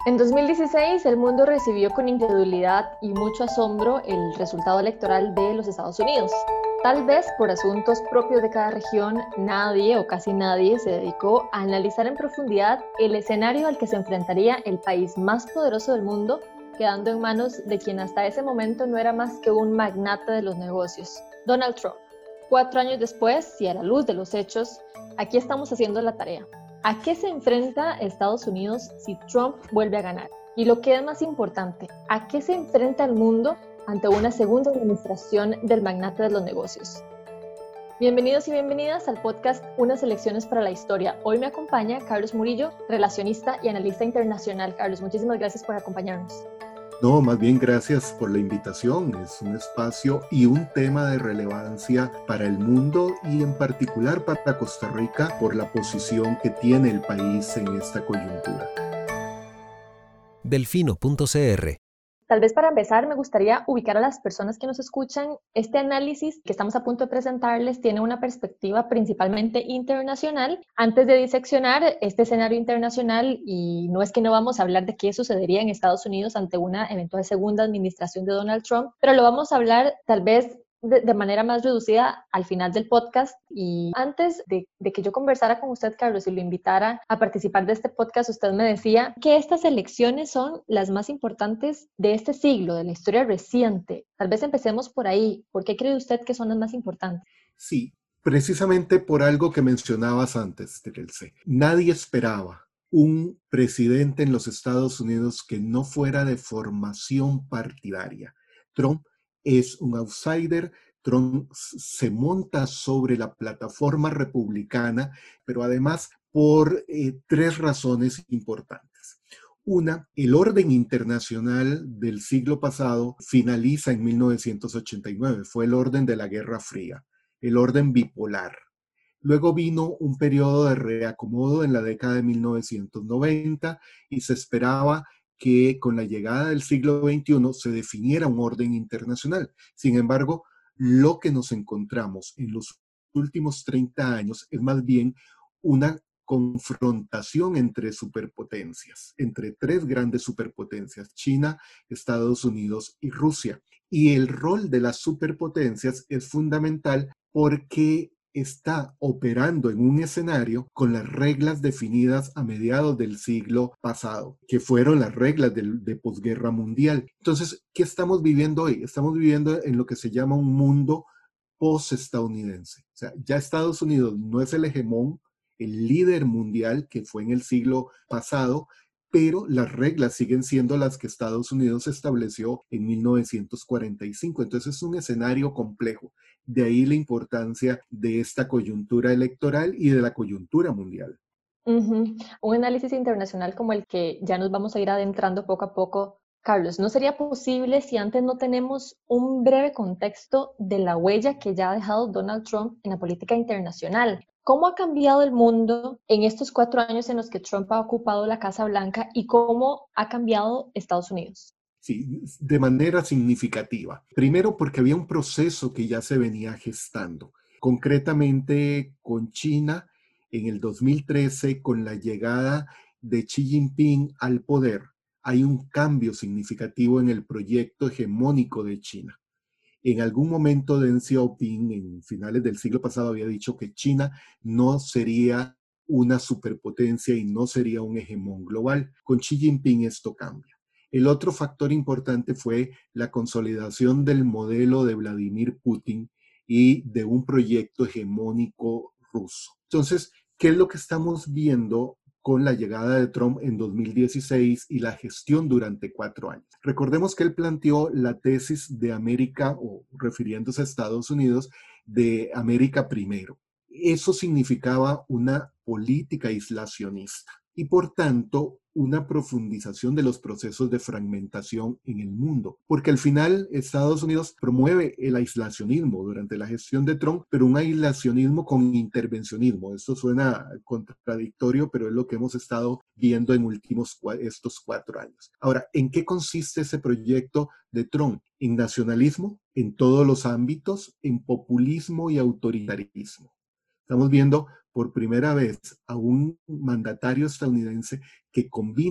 En 2016, el mundo recibió con incredulidad y mucho asombro el resultado electoral de los Estados Unidos. Tal vez por asuntos propios de cada región, nadie o casi nadie se dedicó a analizar en profundidad el escenario al que se enfrentaría el país más poderoso del mundo, quedando en manos de quien hasta ese momento no era más que un magnate de los negocios, Donald Trump. 4 años después, y a la luz de los hechos, aquí estamos haciendo la tarea. ¿A qué se enfrenta Estados Unidos si Trump vuelve a ganar? Y lo que es más importante, ¿a qué se enfrenta el mundo ante una segunda administración del magnate de los negocios? Bienvenidos y bienvenidas al podcast Unas elecciones para la historia. Hoy me acompaña Carlos Murillo, relacionista y analista internacional. Carlos, muchísimas gracias por acompañarnos. No, más bien gracias por la invitación. Es un espacio y un tema de relevancia para el mundo y en particular para Costa Rica por la posición que tiene el país en esta coyuntura. Delfino.cr. Tal vez para empezar me gustaría ubicar a las personas que nos escuchan. Este análisis que estamos a punto de presentarles tiene una perspectiva principalmente internacional. Antes de diseccionar este escenario internacional, y no es que no vamos a hablar de qué sucedería en Estados Unidos ante una eventual segunda administración de Donald Trump, pero lo vamos a hablar tal vez de manera más reducida al final del podcast. Y antes de que yo conversara con usted, Carlos, y lo invitara a participar de este podcast, usted me decía que estas elecciones son las más importantes de este siglo, de la historia reciente. Tal vez empecemos por ahí. ¿Por qué cree usted que son las más importantes? Sí, precisamente por algo que mencionabas antes, Terelse. Nadie esperaba un presidente en los Estados Unidos que no fuera de formación partidaria. Trump es un outsider. Trump se monta sobre la plataforma republicana, pero además por tres razones importantes. Una, el orden internacional del siglo pasado finaliza en 1989, fue el orden de la Guerra Fría, el orden bipolar. Luego vino un periodo de reacomodo en la década de 1990 y se esperaba que con la llegada del siglo XXI se definiera un orden internacional. Sin embargo, lo que nos encontramos en los últimos 30 años es más bien una confrontación entre superpotencias, entre tres grandes superpotencias, China, Estados Unidos y Rusia. Y el rol de las superpotencias es fundamental porque está operando en un escenario con las reglas definidas a mediados del siglo pasado, que fueron las reglas de posguerra mundial. Entonces, ¿qué estamos viviendo hoy? Estamos viviendo en lo que se llama un mundo post-estadounidense. O sea, ya Estados Unidos no es el hegemón, el líder mundial que fue en el siglo pasado, pero las reglas siguen siendo las que Estados Unidos estableció en 1945. Entonces es un escenario complejo. De ahí la importancia de esta coyuntura electoral y de la coyuntura mundial. Un análisis internacional como el que ya nos vamos a ir adentrando poco a poco, Carlos, ¿no sería posible si antes no tenemos un breve contexto de la huella que ya ha dejado Donald Trump en la política internacional? ¿Cómo ha cambiado el mundo en estos 4 años en los que Trump ha ocupado la Casa Blanca y cómo ha cambiado Estados Unidos? Sí, de manera significativa. Primero porque había un proceso que ya se venía gestando, concretamente con China en el 2013, con la llegada de Xi Jinping al poder. Hay un cambio significativo en el proyecto hegemónico de China. En algún momento Deng Xiaoping, en finales del siglo pasado, había dicho que China no sería una superpotencia y no sería un hegemón global. Con Xi Jinping esto cambia. El otro factor importante fue la consolidación del modelo de Vladimir Putin y de un proyecto hegemónico ruso. Entonces, ¿qué es lo que estamos viendo con la llegada de Trump en 2016 y la gestión durante 4 años? Recordemos que él planteó la tesis de América, o refiriéndose a Estados Unidos, de América primero. Eso significaba una política aislacionista y por tanto una profundización de los procesos de fragmentación en el mundo, porque al final Estados Unidos promueve el aislacionismo durante la gestión de Trump, pero un aislacionismo con intervencionismo. Esto suena contradictorio, pero es lo que hemos estado viendo en estos 4 años. Ahora, ¿en qué consiste ese proyecto de Trump? En nacionalismo, en todos los ámbitos, en populismo y autoritarismo. Estamos viendo por primera vez a un mandatario estadounidense que combina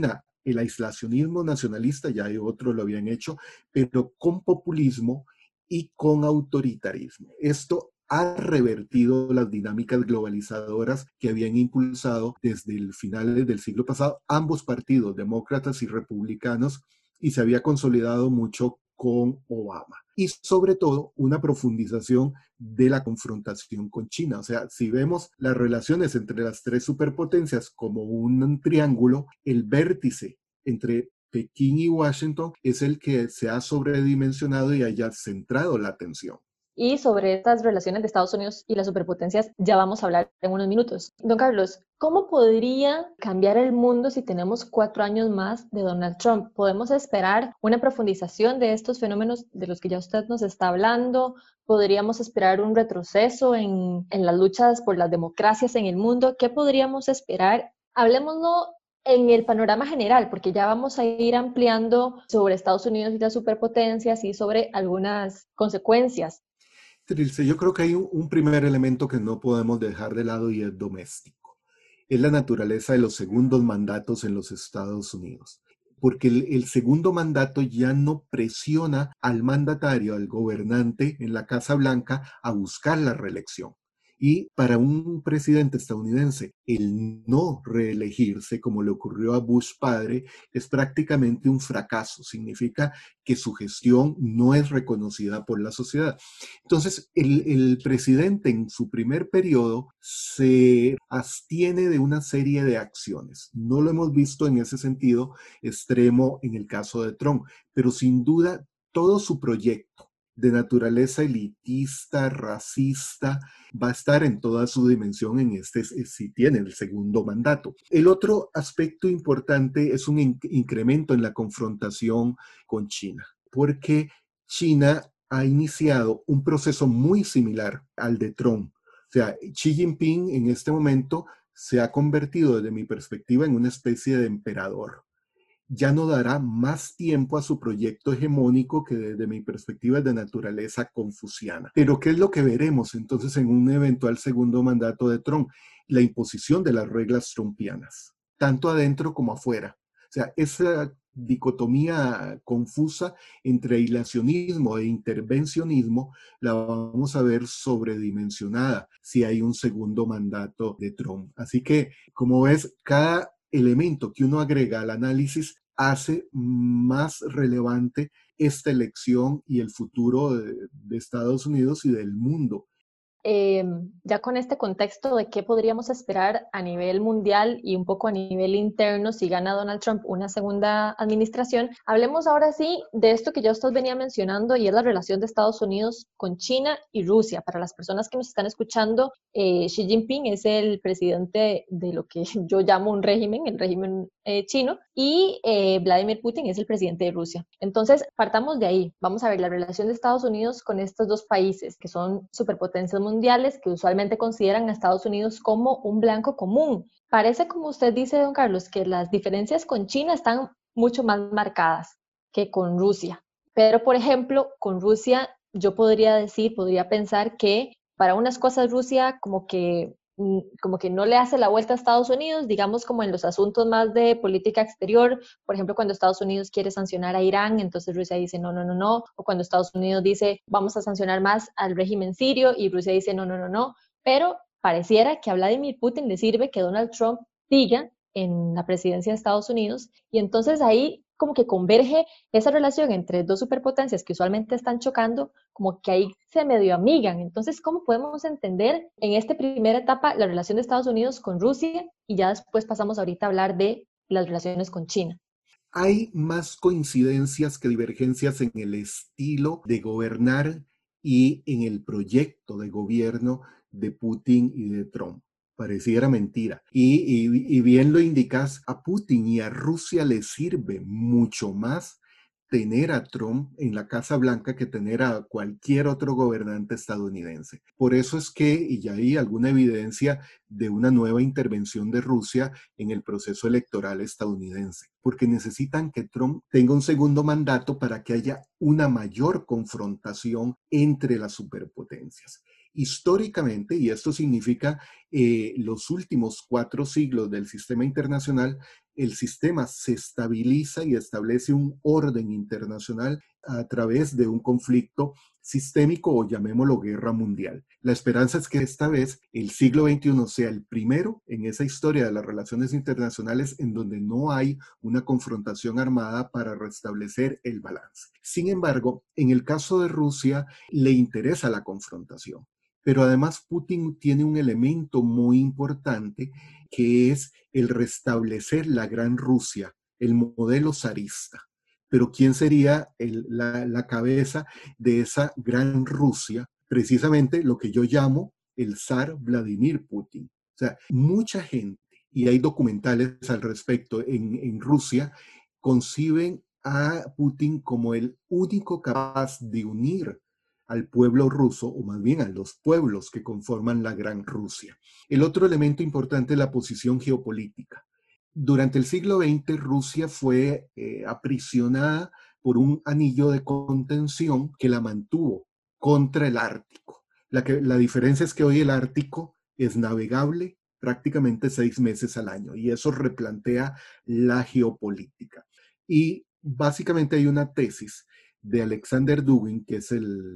el aislacionismo nacionalista, ya hay otros lo habían hecho, pero con populismo y con autoritarismo. Esto ha revertido las dinámicas globalizadoras que habían impulsado desde el finales del siglo pasado ambos partidos, demócratas y republicanos, y se había consolidado mucho con Obama. Y sobre todo una profundización de la confrontación con China. O sea, si vemos las relaciones entre las tres superpotencias como un triángulo, el vértice entre Pekín y Washington es el que se ha sobredimensionado y haya centrado la atención. Y sobre estas relaciones de Estados Unidos y las superpotencias ya vamos a hablar en unos minutos. Don Carlos, ¿cómo podría cambiar el mundo si tenemos 4 años más de Donald Trump? ¿Podemos esperar una profundización de estos fenómenos de los que ya usted nos está hablando? ¿Podríamos esperar un retroceso en las luchas por las democracias en el mundo? ¿Qué podríamos esperar? Hablemoslo en el panorama general, porque ya vamos a ir ampliando sobre Estados Unidos y las superpotencias y sobre algunas consecuencias. Trilce, yo creo que hay un primer elemento que no podemos dejar de lado y es doméstico. Es la naturaleza de los segundos mandatos en los Estados Unidos. Porque el segundo mandato ya no presiona al mandatario, al gobernante en la Casa Blanca a buscar la reelección. Y para un presidente estadounidense, el no reelegirse, como le ocurrió a Bush padre, es prácticamente un fracaso. Significa que su gestión no es reconocida por la sociedad. Entonces, el presidente en su primer periodo se abstiene de una serie de acciones. No lo hemos visto en ese sentido extremo en el caso de Trump, pero sin duda todo su proyecto de naturaleza elitista, racista, va a estar en toda su dimensión en si tiene el segundo mandato. El otro aspecto importante es un incremento en la confrontación con China, porque China ha iniciado un proceso muy similar al de Trump. O sea, Xi Jinping en este momento se ha convertido, desde mi perspectiva, en una especie de emperador. Ya no dará más tiempo a su proyecto hegemónico que desde mi perspectiva es de naturaleza confuciana. Pero ¿qué es lo que veremos entonces en un eventual segundo mandato de Trump? La imposición de las reglas trumpianas, tanto adentro como afuera. O sea, esa dicotomía confusa entre aislacionismo e intervencionismo la vamos a ver sobredimensionada si hay un segundo mandato de Trump. Así que, como ves, cada elemento que uno agrega al análisis hace más relevante esta elección y el futuro de Estados Unidos y del mundo. Ya con este contexto de qué podríamos esperar a nivel mundial y un poco a nivel interno si gana Donald Trump una segunda administración, hablemos ahora sí de esto que ya usted venía mencionando y es la relación de Estados Unidos con China y Rusia. Para las personas que nos están escuchando, Xi Jinping es el presidente de lo que yo llamo un régimen, el régimen chino, y Vladimir Putin es el presidente de Rusia. Entonces, partamos de ahí. Vamos a ver la relación de Estados Unidos con estos dos países que son superpotencias mundiales que usualmente consideran a Estados Unidos como un blanco común. Parece, como usted dice, don Carlos, que las diferencias con China están mucho más marcadas que con Rusia. Pero, por ejemplo, con Rusia yo podría decir, podría pensar que para unas cosas Rusia como que no le hace la vuelta a Estados Unidos, digamos como en los asuntos más de política exterior, por ejemplo, cuando Estados Unidos quiere sancionar a Irán, entonces Rusia dice no, no, no, no, o cuando Estados Unidos dice vamos a sancionar más al régimen sirio y Rusia dice no, no, no, no, pero pareciera que a Vladimir Putin le sirve que Donald Trump siga en la presidencia de Estados Unidos y entonces ahí como que converge esa relación entre dos superpotencias que usualmente están chocando, como que ahí se medio amigan. Entonces, ¿cómo podemos entender en esta primera etapa la relación de Estados Unidos con Rusia y ya después pasamos ahorita a hablar de las relaciones con China? Hay más coincidencias que divergencias en el estilo de gobernar y en el proyecto de gobierno de Putin y de Trump. Pareciera mentira. Y bien lo indicas, a Putin y a Rusia le sirve mucho más tener a Trump en la Casa Blanca que tener a cualquier otro gobernante estadounidense. Por eso es que, y ya hay alguna evidencia de una nueva intervención de Rusia en el proceso electoral estadounidense, porque necesitan que Trump tenga un segundo mandato para que haya una mayor confrontación entre las superpotencias. Históricamente, y esto significa los últimos 4 siglos del sistema internacional, el sistema se estabiliza y establece un orden internacional a través de un conflicto sistémico o llamémoslo guerra mundial. La esperanza es que esta vez el siglo XXI sea el primero en esa historia de las relaciones internacionales en donde no hay una confrontación armada para restablecer el balance. Sin embargo, en el caso de Rusia le interesa la confrontación. Pero además Putin tiene un elemento muy importante que es el restablecer la Gran Rusia, el modelo zarista. Pero ¿quién sería la cabeza de esa Gran Rusia? Precisamente lo que yo llamo el zar Vladimir Putin. O sea, mucha gente, y hay documentales al respecto en Rusia, conciben a Putin como el único capaz de unir al pueblo ruso, o más bien a los pueblos que conforman la Gran Rusia. El otro elemento importante es la posición geopolítica. Durante el siglo XX, Rusia fue aprisionada por un anillo de contención que la mantuvo contra el Ártico. La diferencia es que hoy el Ártico es navegable prácticamente 6 meses al año y eso replantea la geopolítica. Y básicamente hay una tesis de Alexander Dugin, que es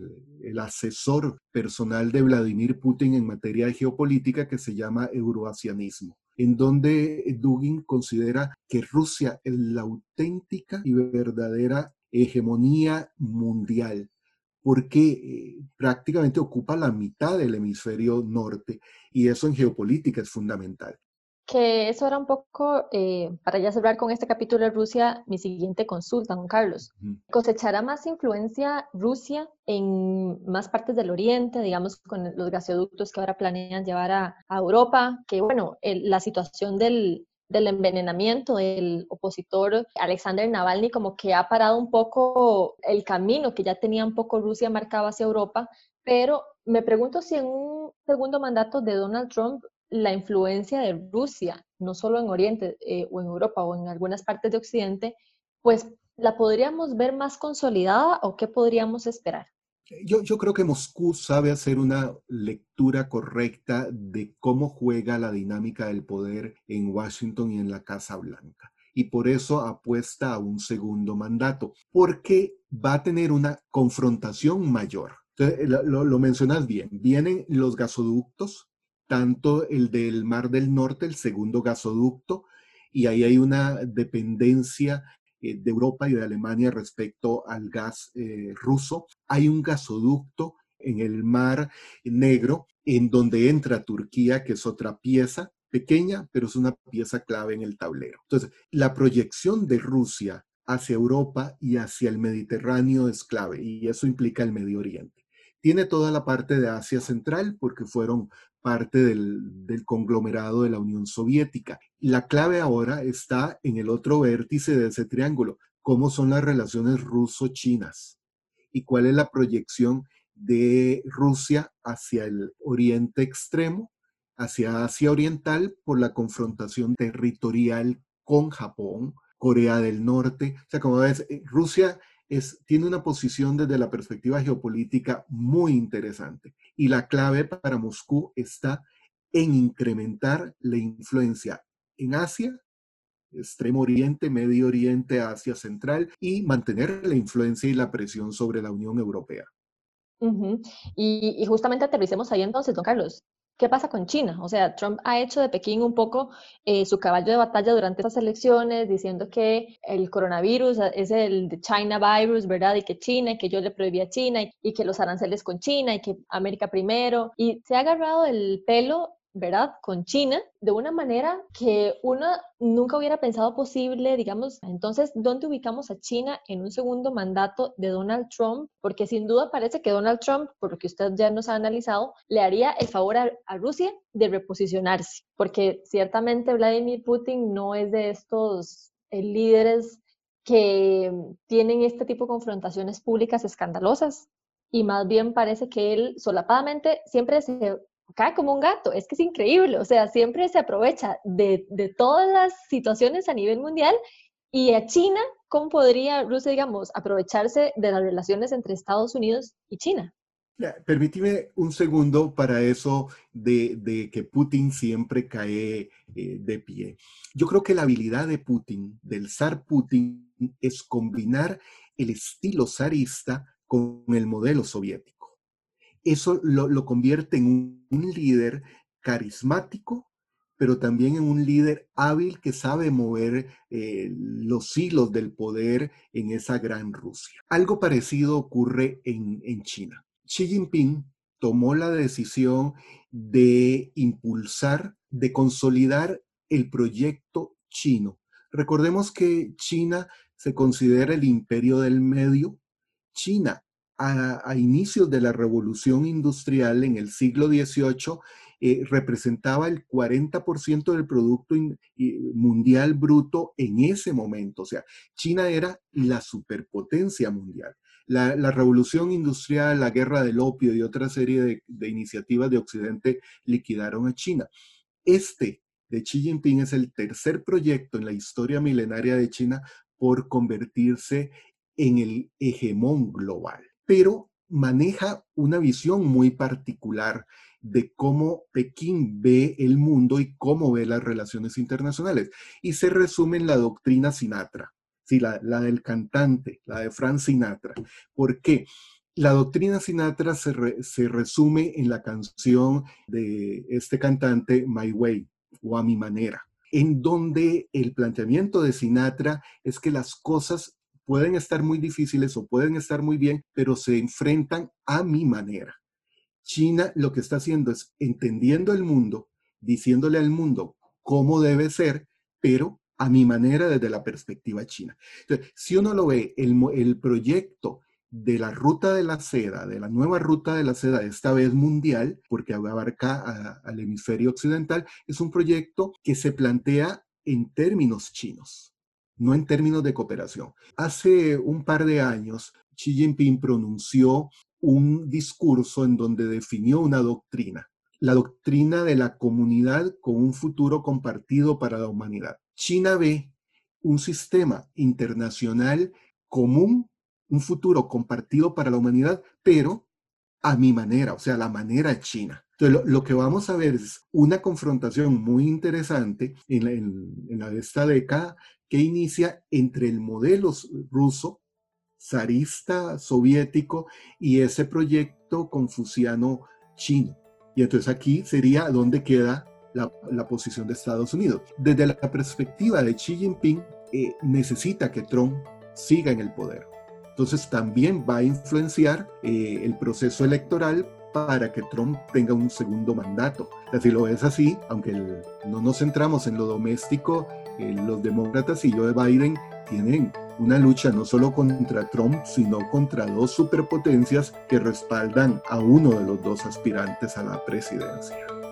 el asesor personal de Vladimir Putin en materia de geopolítica, que se llama euroasianismo, en donde Dugin considera que Rusia es la auténtica y verdadera hegemonía mundial, porque prácticamente ocupa la mitad del hemisferio norte y eso en geopolítica es fundamental. Que eso era un poco, para ya cerrar con este capítulo de Rusia, mi siguiente consulta, Juan Carlos. ¿Cosechará más influencia Rusia en más partes del Oriente, digamos, con los gasoductos que ahora planean llevar a Europa? Que bueno, la situación del envenenamiento del opositor Alexander Navalny como que ha parado un poco el camino que ya tenía un poco Rusia marcado hacia Europa, pero me pregunto si en un segundo mandato de Donald Trump la influencia de Rusia, no solo en Oriente o en Europa o en algunas partes de Occidente, pues la podríamos ver más consolidada o qué podríamos esperar. Yo creo que Moscú sabe hacer una lectura correcta de cómo juega la dinámica del poder en Washington y en la Casa Blanca. Y por eso apuesta a un segundo mandato, porque va a tener una confrontación mayor. Entonces, lo mencionas bien. Vienen los gasoductos, tanto el del Mar del Norte, el segundo gasoducto, y ahí hay una dependencia de Europa y de Alemania respecto al gas ruso. Hay un gasoducto en el Mar Negro en donde entra Turquía, que es otra pieza pequeña, pero es una pieza clave en el tablero. Entonces, la proyección de Rusia hacia Europa y hacia el Mediterráneo es clave y eso implica el Medio Oriente. Tiene toda la parte de Asia Central porque fueron parte del conglomerado de la Unión Soviética. La clave ahora está en el otro vértice de ese triángulo, cómo son las relaciones ruso-chinas y cuál es la proyección de Rusia hacia el Oriente Extremo, hacia Asia Oriental, por la confrontación territorial con Japón, Corea del Norte. O sea, como ves, Rusia tiene una posición desde la perspectiva geopolítica muy interesante. Y la clave para Moscú está en incrementar la influencia en Asia, Extremo Oriente, Medio Oriente, Asia Central y mantener la influencia y la presión sobre la Unión Europea. Uh-huh. Y justamente aterricemos ahí entonces, don Carlos. ¿Qué pasa con China? O sea, Trump ha hecho de Pekín un poco su caballo de batalla durante estas elecciones, diciendo que el coronavirus es el de China virus, ¿verdad? Y que China, y que yo le prohibí a China, y que los aranceles con China, y que América primero. Y se ha agarrado el pelo, ¿verdad? Con China de una manera que uno nunca hubiera pensado posible, digamos. Entonces, ¿dónde ubicamos a China en un segundo mandato de Donald Trump? Porque sin duda parece que Donald Trump, por lo que usted ya nos ha analizado, le haría el favor a Rusia de reposicionarse, porque ciertamente Vladimir Putin no es de estos líderes que tienen este tipo de confrontaciones públicas escandalosas, y más bien parece que él solapadamente siempre se cae como un gato. Es que es increíble, o sea, siempre se aprovecha de todas las situaciones a nivel mundial. Y a China, ¿cómo podría Rusia, digamos, aprovecharse de las relaciones entre Estados Unidos y China? Permíteme un segundo para eso de que Putin siempre cae de pie. Yo creo que la habilidad de Putin, del zar Putin, es combinar el estilo zarista con el modelo soviético. Eso lo convierte en un líder carismático, pero también en un líder hábil que sabe mover los hilos del poder en esa gran Rusia. Algo parecido ocurre en China. Xi Jinping tomó la decisión de impulsar, de consolidar el proyecto chino. Recordemos que China se considera el imperio del medio. China, a inicios de la revolución industrial en el siglo XVIII, representaba el 40% del Producto Mundial Bruto en ese momento. O sea, China era la superpotencia mundial. La revolución industrial, la guerra del opio y otra serie de iniciativas de Occidente liquidaron a China. Este de Xi Jinping es el tercer proyecto en la historia milenaria de China por convertirse en el hegemón global, pero maneja una visión muy particular de cómo Pekín ve el mundo y cómo ve las relaciones internacionales. Y se resume en la doctrina Sinatra, sí, la del cantante, la de Frank Sinatra. ¿Por qué? La doctrina Sinatra se resume en la canción de este cantante, My Way, o A Mi Manera, en donde el planteamiento de Sinatra es que las cosas pueden estar muy difíciles o pueden estar muy bien, pero se enfrentan a mi manera. China lo que está haciendo es entendiendo el mundo, diciéndole al mundo cómo debe ser, pero a mi manera desde la perspectiva china. Entonces, si uno lo ve, el proyecto de la ruta de la seda, de la nueva ruta de la seda, esta vez mundial, porque abarca al hemisferio occidental, es un proyecto que se plantea en términos chinos, no en términos de cooperación. Hace un par de años, Xi Jinping pronunció un discurso en donde definió una doctrina, la doctrina de la comunidad con un futuro compartido para la humanidad. China ve un sistema internacional común, un futuro compartido para la humanidad, pero a mi manera, o sea, la manera china. Entonces, lo que vamos a ver es una confrontación muy interesante en la de esta década que inicia entre el modelo ruso zarista soviético y ese proyecto confuciano chino. Y entonces aquí sería donde queda la posición de Estados Unidos. Desde la perspectiva de Xi Jinping, necesita que Trump siga en el poder. Entonces también va a influenciar el proceso electoral para que Trump tenga un segundo mandato. Si lo ves así, aunque no nos centramos en lo doméstico, los demócratas y Joe Biden tienen una lucha no solo contra Trump, sino contra dos superpotencias que respaldan a uno de los dos aspirantes a la presidencia.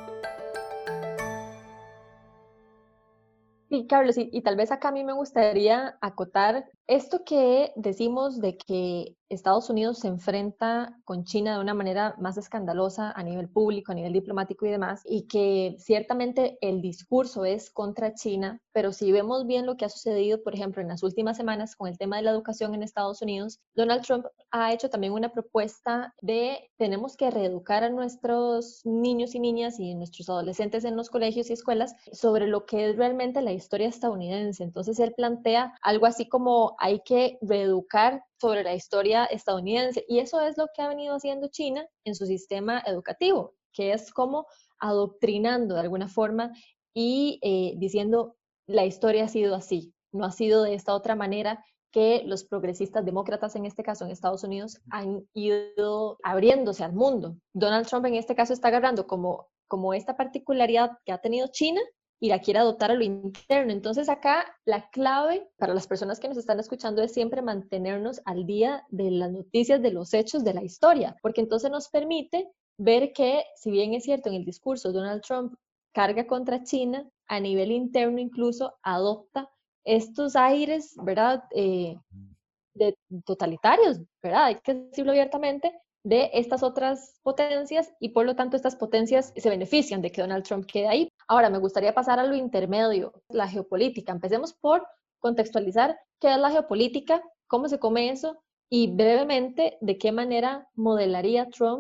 Sí, Carlos, y tal vez acá a mí me gustaría acotar esto que decimos de que Estados Unidos se enfrenta con China de una manera más escandalosa a nivel público, a nivel diplomático y demás, y que ciertamente el discurso es contra China, pero si vemos bien lo que ha sucedido, por ejemplo, en las últimas semanas con el tema de la educación en Estados Unidos, Donald Trump ha hecho también una propuesta de tenemos que reeducar a nuestros niños y niñas y nuestros adolescentes en los colegios y escuelas sobre lo que es realmente la historia estadounidense. Entonces él plantea algo así como hay que reeducar sobre la historia estadounidense. Y eso es lo que ha venido haciendo China en su sistema educativo, que es como adoctrinando de alguna forma y diciendo la historia ha sido así, no ha sido de esta otra manera que los progresistas demócratas, en este caso en Estados Unidos, han ido abriéndose al mundo. Donald Trump en este caso está agarrando como esta particularidad que ha tenido China y la quiere adoptar a lo interno. Entonces acá la clave para las personas que nos están escuchando es siempre mantenernos al día de las noticias, de los hechos, de la historia, porque entonces nos permite ver que, si bien es cierto, en el discurso Donald Trump carga contra China, a nivel interno incluso adopta estos aires, ¿verdad? De totalitarios, ¿verdad? Hay que decirlo abiertamente, de estas otras potencias y por lo tanto estas potencias se benefician de que Donald Trump quede ahí. Ahora, me gustaría pasar a lo intermedio, la geopolítica. Empecemos por contextualizar qué es la geopolítica, cómo se come eso y brevemente de qué manera modelaría Trump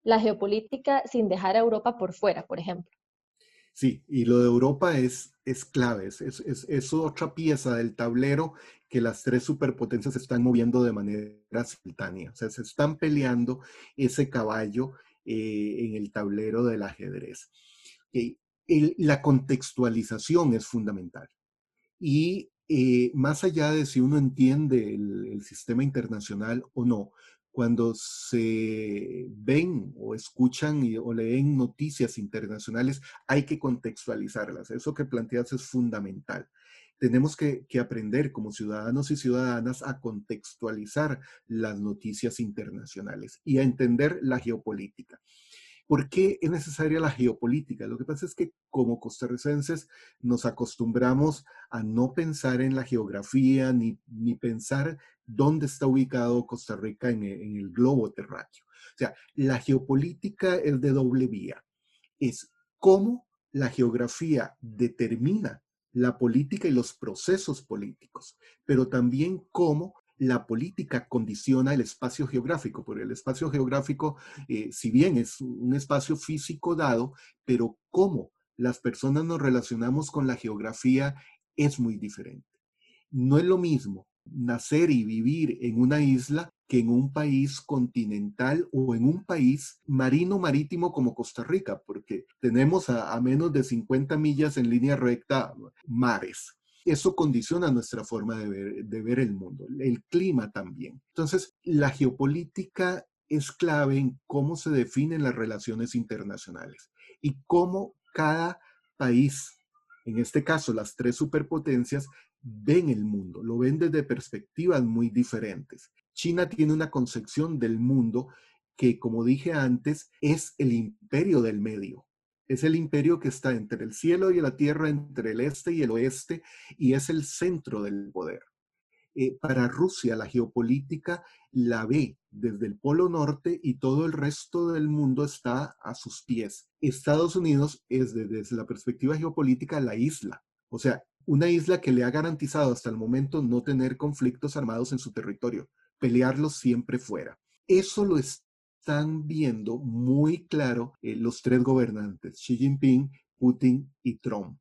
la geopolítica sin dejar a Europa por fuera, por ejemplo. Sí, y lo de Europa es clave, es otra pieza del tablero que las tres superpotencias están moviendo de manera simultánea. O sea, se están peleando ese caballo en el tablero del ajedrez. Okay. La contextualización es fundamental. Y más allá de si uno entiende el sistema internacional o no, cuando se ven o escuchan o leen noticias internacionales, hay que contextualizarlas. Eso que planteas es fundamental. Tenemos que aprender como ciudadanos y ciudadanas a contextualizar las noticias internacionales y a entender la geopolítica. ¿Por qué es necesaria la geopolítica? Lo que pasa es que como costarricenses nos acostumbramos a no pensar en la geografía ni pensar dónde está ubicado Costa Rica en el globo terráqueo. O sea, la geopolítica es de doble vía. Es cómo la geografía determina la política y los procesos políticos, pero también cómo la política condiciona el espacio geográfico, porque el espacio geográfico, si bien es un espacio físico dado, pero cómo las personas nos relacionamos con la geografía es muy diferente. No es lo mismo nacer y vivir en una isla que en un país continental o en un país marino marítimo como Costa Rica, porque tenemos a menos de 50 millas en línea recta mares. Eso condiciona nuestra forma de ver el mundo, el clima también. Entonces, la geopolítica es clave en cómo se definen las relaciones internacionales y cómo cada país, en este caso las tres superpotencias, ven el mundo, lo ven desde perspectivas muy diferentes. China tiene una concepción del mundo que, como dije antes, es el imperio del medio. Es el imperio que está entre el cielo y la tierra, entre el este y el oeste, y es el centro del poder. Para Rusia, la geopolítica la ve desde el Polo Norte y todo el resto del mundo está a sus pies. Estados Unidos es, desde la perspectiva geopolítica, la isla. O sea, una isla que le ha garantizado hasta el momento no tener conflictos armados en su territorio, pelearlos siempre fuera. Eso lo están viendo muy claro los tres gobernantes, Xi Jinping, Putin y Trump,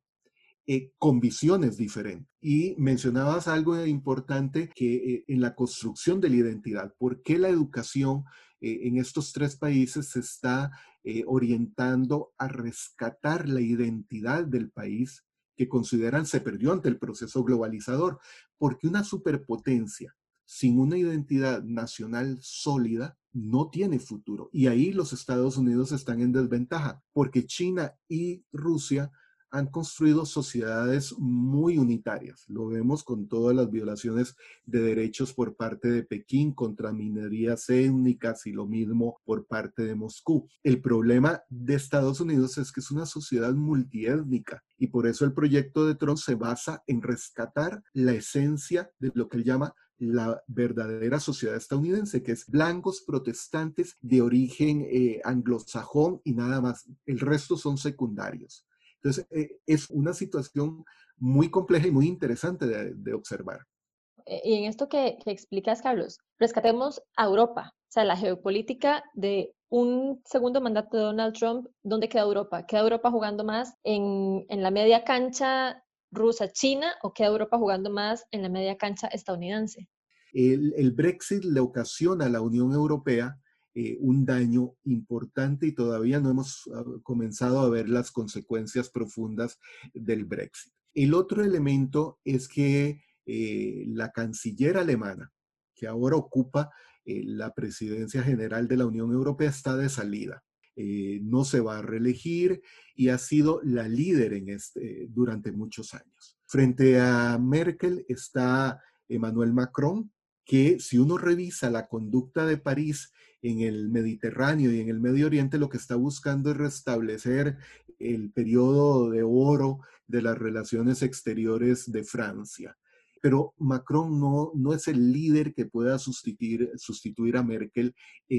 con visiones diferentes. Y mencionabas algo importante que en la construcción de la identidad, ¿por qué la educación en estos tres países se está orientando a rescatar la identidad del país que consideran se perdió ante el proceso globalizador? Porque una superpotencia sin una identidad nacional sólida no tiene futuro. Y ahí los Estados Unidos están en desventaja, porque China y Rusia han construido sociedades muy unitarias. Lo vemos con todas las violaciones de derechos por parte de Pekín contra minorías étnicas y lo mismo por parte de Moscú. El problema de Estados Unidos es que es una sociedad multiétnica y por eso el proyecto de Trump se basa en rescatar la esencia de lo que él llama la verdadera sociedad estadounidense, que es blancos protestantes de origen anglosajón y nada más. El resto son secundarios. Entonces, es una situación muy compleja y muy interesante de observar. Y en esto que explicas, Carlos, rescatemos a Europa, o sea, la geopolítica de un segundo mandato de Donald Trump, ¿dónde queda Europa? ¿Queda Europa jugando más en la media cancha rusa-china o queda Europa jugando más en la media cancha estadounidense? El Brexit le ocasiona a la Unión Europea un daño importante y todavía no hemos comenzado a ver las consecuencias profundas del Brexit. El otro elemento es que la canciller alemana, que ahora ocupa la presidencia general de la Unión Europea, está de salida. No se va a reelegir y ha sido la líder durante muchos años. Frente a Merkel está Emmanuel Macron, que si uno revisa la conducta de París en el Mediterráneo y en el Medio Oriente, lo que está buscando es restablecer el periodo de oro de las relaciones exteriores de Francia. Pero Macron no es el líder que pueda sustituir a Merkel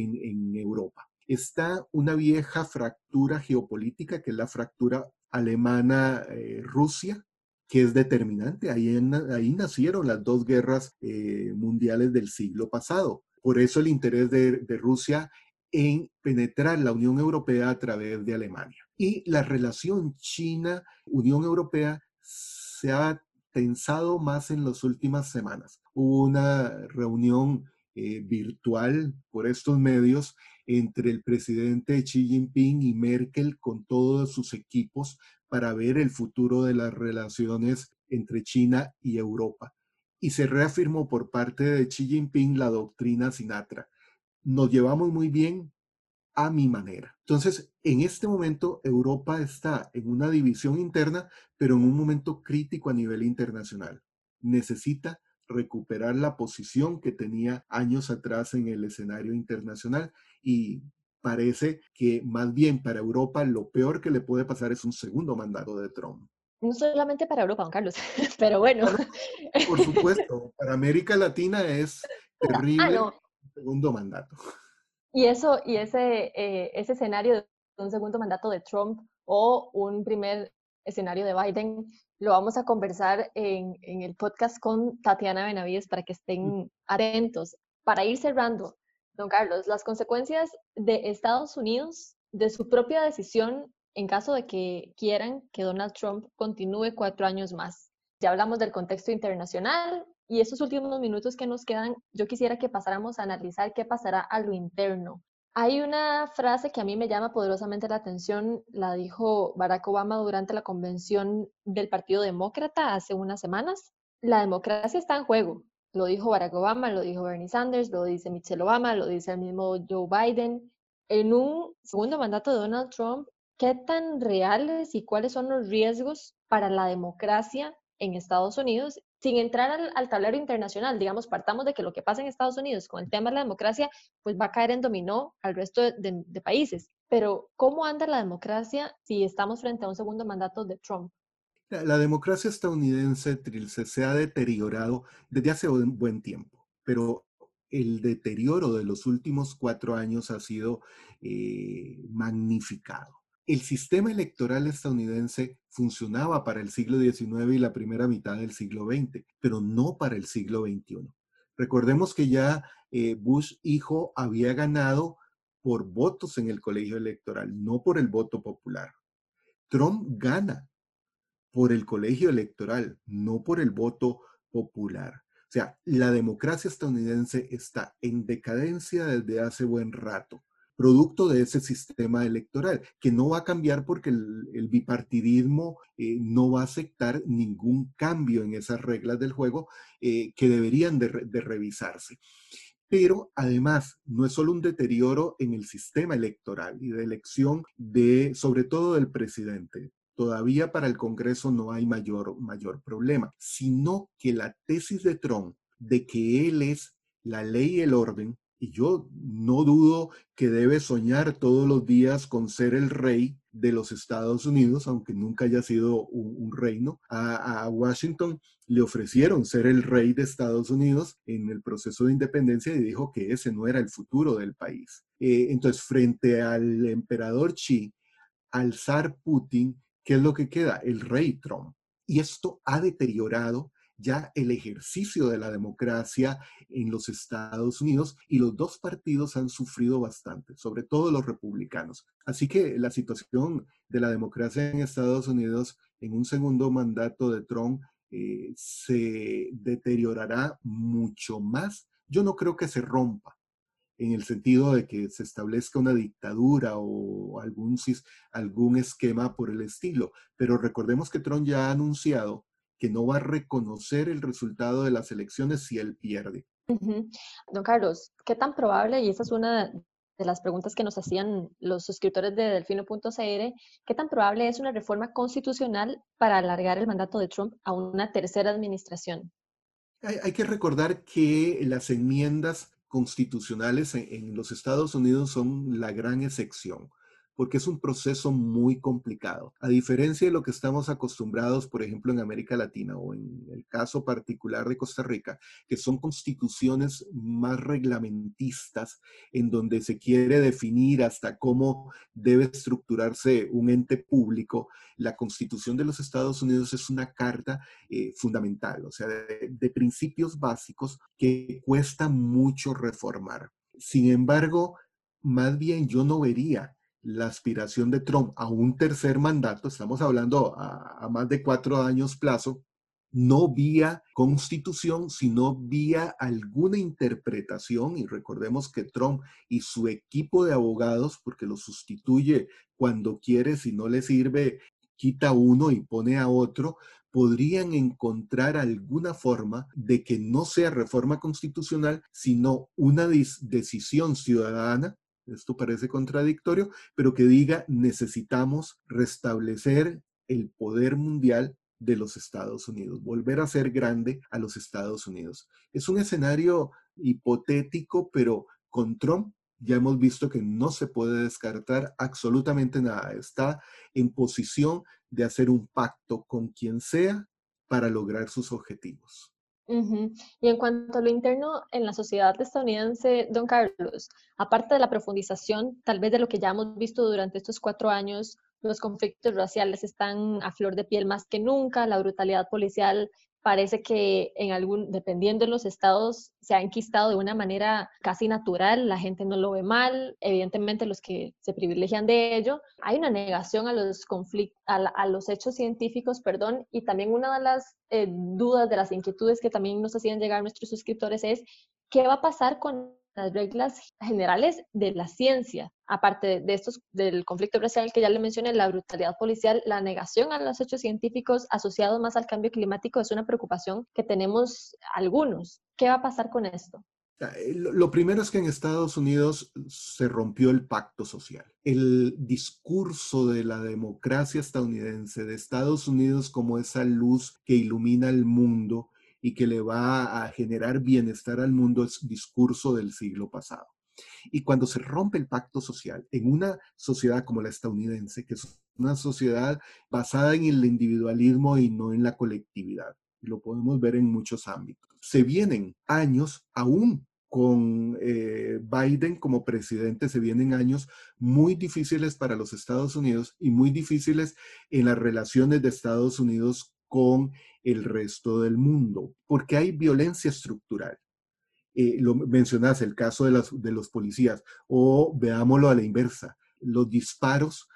en Europa. Está una vieja fractura geopolítica, que es la fractura alemana-Rusia, que es determinante. Ahí nacieron las dos guerras mundiales del siglo pasado. Por eso el interés de Rusia en penetrar la Unión Europea a través de Alemania. Y la relación China-Unión Europea se ha tensado más en las últimas semanas. Hubo una reunión virtual por estos medios entre el presidente Xi Jinping y Merkel con todos sus equipos para ver el futuro de las relaciones entre China y Europa. Y se reafirmó por parte de Xi Jinping la doctrina Sinatra. Nos llevamos muy bien a mi manera. Entonces, en este momento, Europa está en una división interna, pero en un momento crítico a nivel internacional. Necesita recuperar la posición que tenía años atrás en el escenario internacional y parece que más bien para Europa lo peor que le puede pasar es un segundo mandato de Trump. No solamente para Europa, don Carlos, pero bueno. Bueno, por supuesto, para América Latina es terrible No. el segundo mandato. Ese escenario de un segundo mandato de Trump o un primer escenario de Biden, lo vamos a conversar en el podcast con Tatiana Benavides para que estén atentos. Para ir cerrando, don Carlos, las consecuencias de Estados Unidos, de su propia decisión en caso de que quieran que Donald Trump continúe 4 años más. Ya hablamos del contexto internacional, y estos últimos minutos que nos quedan, yo quisiera que pasáramos a analizar qué pasará a lo interno. Hay una frase que a mí me llama poderosamente la atención, la dijo Barack Obama durante la convención del Partido Demócrata hace unas semanas. La democracia está en juego. Lo dijo Barack Obama, lo dijo Bernie Sanders, lo dice Michelle Obama, lo dice el mismo Joe Biden. En un segundo mandato de Donald Trump, ¿qué tan reales y cuáles son los riesgos para la democracia en Estados Unidos, sin entrar al tablero internacional? Digamos, partamos de que lo que pasa en Estados Unidos con el tema de la democracia, pues va a caer en dominó al resto de países. Pero, ¿cómo anda la democracia si estamos frente a un segundo mandato de Trump? La democracia estadounidense, Trilce, se ha deteriorado desde hace un buen tiempo, pero el deterioro de los últimos 4 años ha sido magnificado. El sistema electoral estadounidense funcionaba para el siglo XIX y la primera mitad del siglo XX, pero no para el siglo XXI. Recordemos que ya Bush hijo había ganado por votos en el colegio electoral, no por el voto popular. Trump gana por el colegio electoral, no por el voto popular. O sea, la democracia estadounidense está en decadencia desde hace buen rato, producto de ese sistema electoral, que no va a cambiar porque el bipartidismo no va a aceptar ningún cambio en esas reglas del juego que deberían de revisarse. Pero además, no es solo un deterioro en el sistema electoral y de elección de, sobre todo del presidente. Todavía para el Congreso no hay mayor problema, sino que la tesis de Trump de que él es la ley y el orden, y yo no dudo que debe soñar todos los días con ser el rey de los Estados Unidos, aunque nunca haya sido un reino. A Washington le ofrecieron ser el rey de Estados Unidos en el proceso de independencia y dijo que ese no era el futuro del país. Entonces, frente al emperador Xi, al zar Putin, ¿qué es lo que queda? El rey Trump. Y esto ha deteriorado ya el ejercicio de la democracia en los Estados Unidos y los dos partidos han sufrido bastante, sobre todo los republicanos. Así que la situación de la democracia en Estados Unidos en un segundo mandato de Trump se deteriorará mucho más. Yo no creo que se rompa en el sentido de que se establezca una dictadura o algún esquema por el estilo. Pero recordemos que Trump ya ha anunciado que no va a reconocer el resultado de las elecciones si él pierde. Ujú. Don Carlos, ¿qué tan probable, y esa es una de las preguntas que nos hacían los suscriptores de Delfino.cr, qué tan probable es una reforma constitucional para alargar el mandato de Trump a una tercera administración? Hay que recordar que las enmiendas constitucionales en los Estados Unidos son la gran excepción, porque es un proceso muy complicado. A diferencia de lo que estamos acostumbrados, por ejemplo, en América Latina o en el caso particular de Costa Rica, que son constituciones más reglamentistas, en donde se quiere definir hasta cómo debe estructurarse un ente público. La Constitución de los Estados Unidos es una carta fundamental, o sea, de principios básicos que cuesta mucho reformar. Sin embargo, más bien yo no vería la aspiración de Trump a un tercer mandato, estamos hablando a más de 4 años plazo, no vía constitución, sino vía alguna interpretación, y recordemos que Trump y su equipo de abogados, porque lo sustituye cuando quiere, si no le sirve, quita uno y pone a otro, podrían encontrar alguna forma de que no sea reforma constitucional, sino una decisión ciudadana. Esto parece contradictorio, pero que diga necesitamos restablecer el poder mundial de los Estados Unidos, volver a ser grande a los Estados Unidos. Es un escenario hipotético, pero con Trump ya hemos visto que no se puede descartar absolutamente nada. Está en posición de hacer un pacto con quien sea para lograr sus objetivos. Ujú. Y en cuanto a lo interno en la sociedad estadounidense, don Carlos, aparte de la profundización, tal vez de lo que ya hemos visto durante estos 4 años, los conflictos raciales están a flor de piel más que nunca, la brutalidad policial parece que dependiendo de los estados, se ha enquistado de una manera casi natural, la gente no lo ve mal, evidentemente los que se privilegian de ello. Hay una negación a los conflictos, a los hechos científicos, perdón, y también una de las dudas, de las inquietudes que también nos hacían llegar nuestros suscriptores es qué va a pasar con las reglas generales de la ciencia, aparte de estos, del conflicto racial que ya le mencioné, la brutalidad policial, la negación a los hechos científicos asociados más al cambio climático es una preocupación que tenemos algunos. ¿Qué va a pasar con esto? Lo primero es que en Estados Unidos se rompió el pacto social. El discurso de la democracia estadounidense, de Estados Unidos como esa luz que ilumina el mundo y que le va a generar bienestar al mundo, es discurso del siglo pasado. Y cuando se rompe el pacto social en una sociedad como la estadounidense, que es una sociedad basada en el individualismo y no en la colectividad, lo podemos ver en muchos ámbitos. Se vienen años aún con Biden como presidente, se vienen años muy difíciles para los Estados Unidos y muy difíciles en las relaciones de Estados Unidos con el resto del mundo, porque hay violencia estructural. Lo mencionas, el caso de los policías, o veámoslo a la inversa, los disparos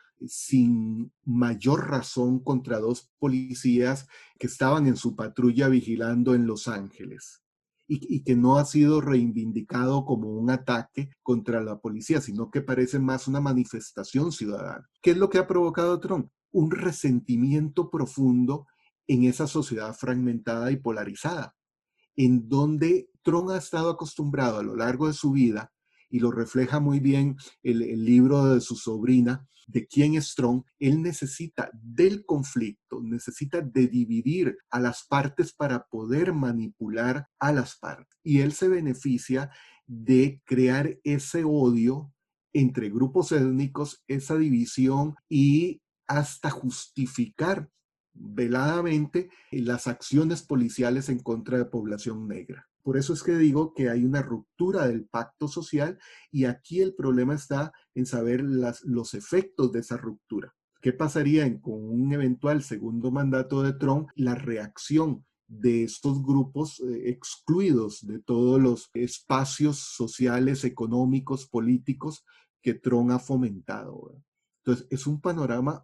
sin mayor razón contra dos policías que estaban en su patrulla vigilando en Los Ángeles y que no ha sido reivindicado como un ataque contra la policía, sino que parece más una manifestación ciudadana. ¿Qué es lo que ha provocado Trump? Un resentimiento profundo en esa sociedad fragmentada y polarizada, en donde Trump ha estado acostumbrado a lo largo de su vida, y lo refleja muy bien el libro de su sobrina, de quién es Trump. Él necesita del conflicto, necesita de dividir a las partes para poder manipular a las partes. Y él se beneficia de crear ese odio entre grupos étnicos, esa división y hasta justificar veladamente las acciones policiales en contra de población negra. Por eso es que digo que hay una ruptura del pacto social y aquí el problema está en saber los efectos de esa ruptura. ¿Qué pasaría con un eventual segundo mandato de Trump? La reacción de estos grupos excluidos de todos los espacios sociales, económicos, políticos que Trump ha fomentado, ¿verdad? Entonces, es un panorama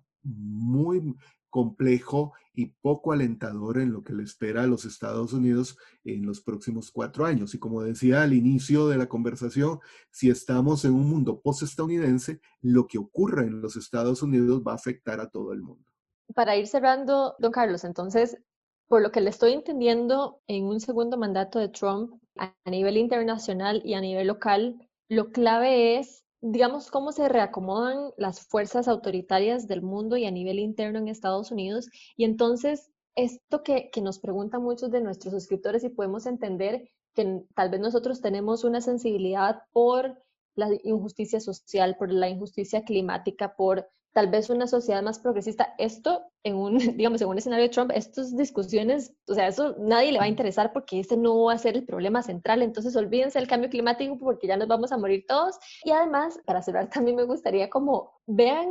muy complejo y poco alentador en lo que le espera a los Estados Unidos en los próximos 4 años. Y como decía al inicio de la conversación, si estamos en un mundo post-estadounidense, lo que ocurra en los Estados Unidos va a afectar a todo el mundo. Para ir cerrando, don Carlos, entonces, por lo que le estoy entendiendo, en un segundo mandato de Trump, a nivel internacional y a nivel local, lo clave es, digamos, cómo se reacomodan las fuerzas autoritarias del mundo y a nivel interno en Estados Unidos. Y entonces, esto que nos preguntan muchos de nuestros suscriptores y podemos entender que tal vez nosotros tenemos una sensibilidad por la injusticia social, por la injusticia climática, por tal vez una sociedad más progresista. Esto en un, digamos, en un escenario de Trump, estas discusiones, o sea, eso nadie le va a interesar porque este no va a ser el problema central. Entonces, olvídense del cambio climático porque ya nos vamos a morir todos. Y además, para cerrar, también me gustaría como vean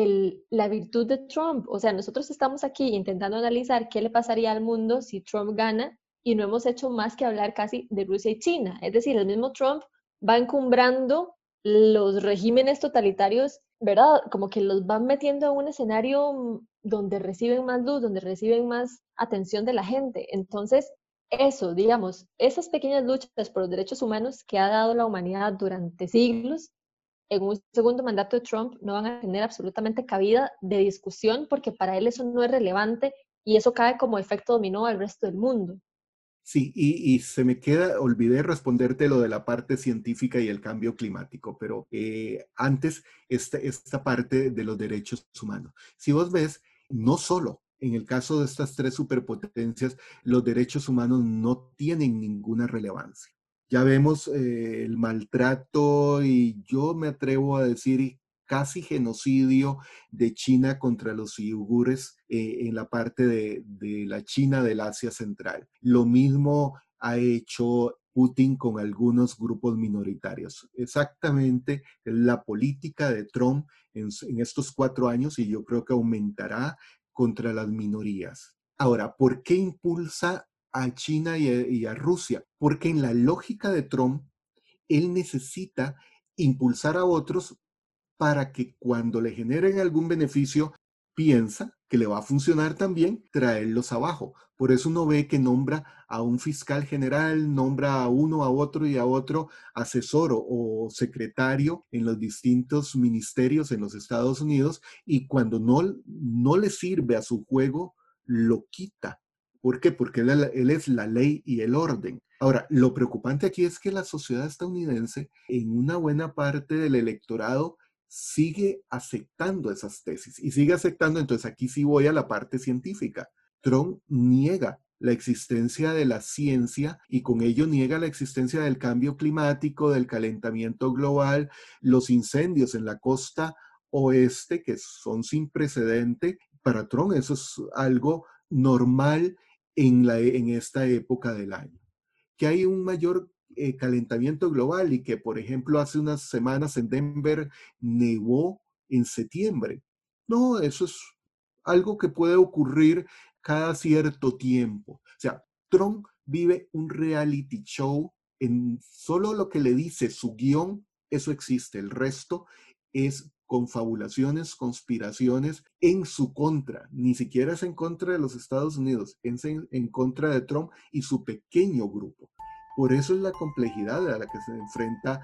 la virtud de Trump. O sea, nosotros estamos aquí intentando analizar qué le pasaría al mundo si Trump gana y no hemos hecho más que hablar casi de Rusia y China. Es decir, el mismo Trump va encumbrando los regímenes totalitarios, ¿verdad? Como que los van metiendo en un escenario donde reciben más luz, donde reciben más atención de la gente. Entonces, eso, digamos, esas pequeñas luchas por los derechos humanos que ha dado la humanidad durante siglos, en un segundo mandato de Trump no van a tener absolutamente cabida de discusión porque para él eso no es relevante y eso cae como efecto dominó al resto del mundo. Sí, y se me queda, olvidé responderte lo de la parte científica y el cambio climático, pero antes esta parte de los derechos humanos. Si vos ves, no solo en el caso de estas tres superpotencias, los derechos humanos no tienen ninguna relevancia. Ya vemos el maltrato y yo me atrevo a decir casi genocidio de China contra los uigures en la parte de la China del Asia Central. Lo mismo ha hecho Putin con algunos grupos minoritarios. Exactamente la política de Trump en estos 4 años, y yo creo que aumentará contra las minorías. Ahora, ¿por qué impulsa a China y a Rusia? Porque en la lógica de Trump, él necesita impulsar a otros para que cuando le generen algún beneficio, piensa que le va a funcionar también traerlos abajo. Por eso uno ve que nombra a un fiscal general, nombra a uno, a otro y a otro asesor o secretario en los distintos ministerios en los Estados Unidos, y cuando no le sirve a su juego, lo quita. ¿Por qué? Porque él es la ley y el orden. Ahora, lo preocupante aquí es que la sociedad estadounidense, en una buena parte del electorado, sigue aceptando esas tesis y sigue aceptando. Entonces aquí sí voy a la parte científica. Trump niega la existencia de la ciencia y con ello niega la existencia del cambio climático, del calentamiento global, los incendios en la costa oeste que son sin precedente. Para Trump eso es algo normal en esta época del año. Que hay un mayor calentamiento global y que, por ejemplo, hace unas semanas en Denver nevó en septiembre. No, eso es algo que puede ocurrir cada cierto tiempo. O sea, Trump vive un reality show en solo lo que le dice su guión, eso existe. El resto es confabulaciones, conspiraciones en su contra. Ni siquiera es en contra de los Estados Unidos, es en contra de Trump y su pequeño grupo. Por eso es la complejidad a la que se enfrenta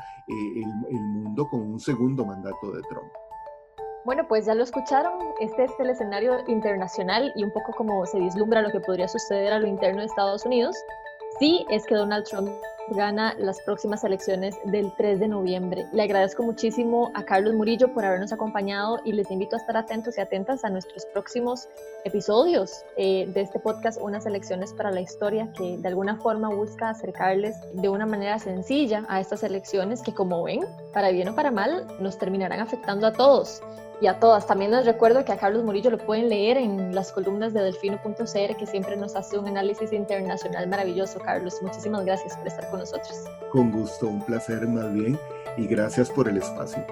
el mundo con un segundo mandato de Trump. Bueno, pues ya lo escucharon, este es el escenario internacional y un poco como se vislumbra lo que podría suceder a lo interno de Estados Unidos. Sí, es que Donald Trump gana las próximas elecciones del 3 de noviembre. Le agradezco muchísimo a Carlos Murillo por habernos acompañado y les invito a estar atentos y atentas a nuestros próximos episodios de este podcast, Unas elecciones para la historia, que de alguna forma busca acercarles de una manera sencilla a estas elecciones que, como ven, para bien o para mal, nos terminarán afectando a todos y a todas. También les recuerdo que a Carlos Murillo lo pueden leer en las columnas de delfino.cr, que siempre nos hace un análisis internacional maravilloso. Carlos, muchísimas gracias por estar con nosotros. Con gusto, un placer más bien, y gracias por el espacio.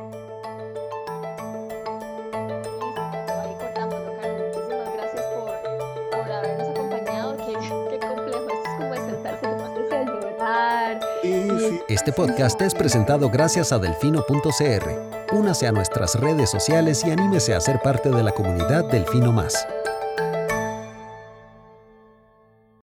Ahí cortámoslo, Carlos. Muchísimas gracias por habernos acompañado. Qué complejo, esto es como de sentarse y tomarse a llorar. Sí. Este podcast es presentado gracias a delfino.cr. Únase a nuestras redes sociales y anímese a ser parte de la comunidad Delfino Más.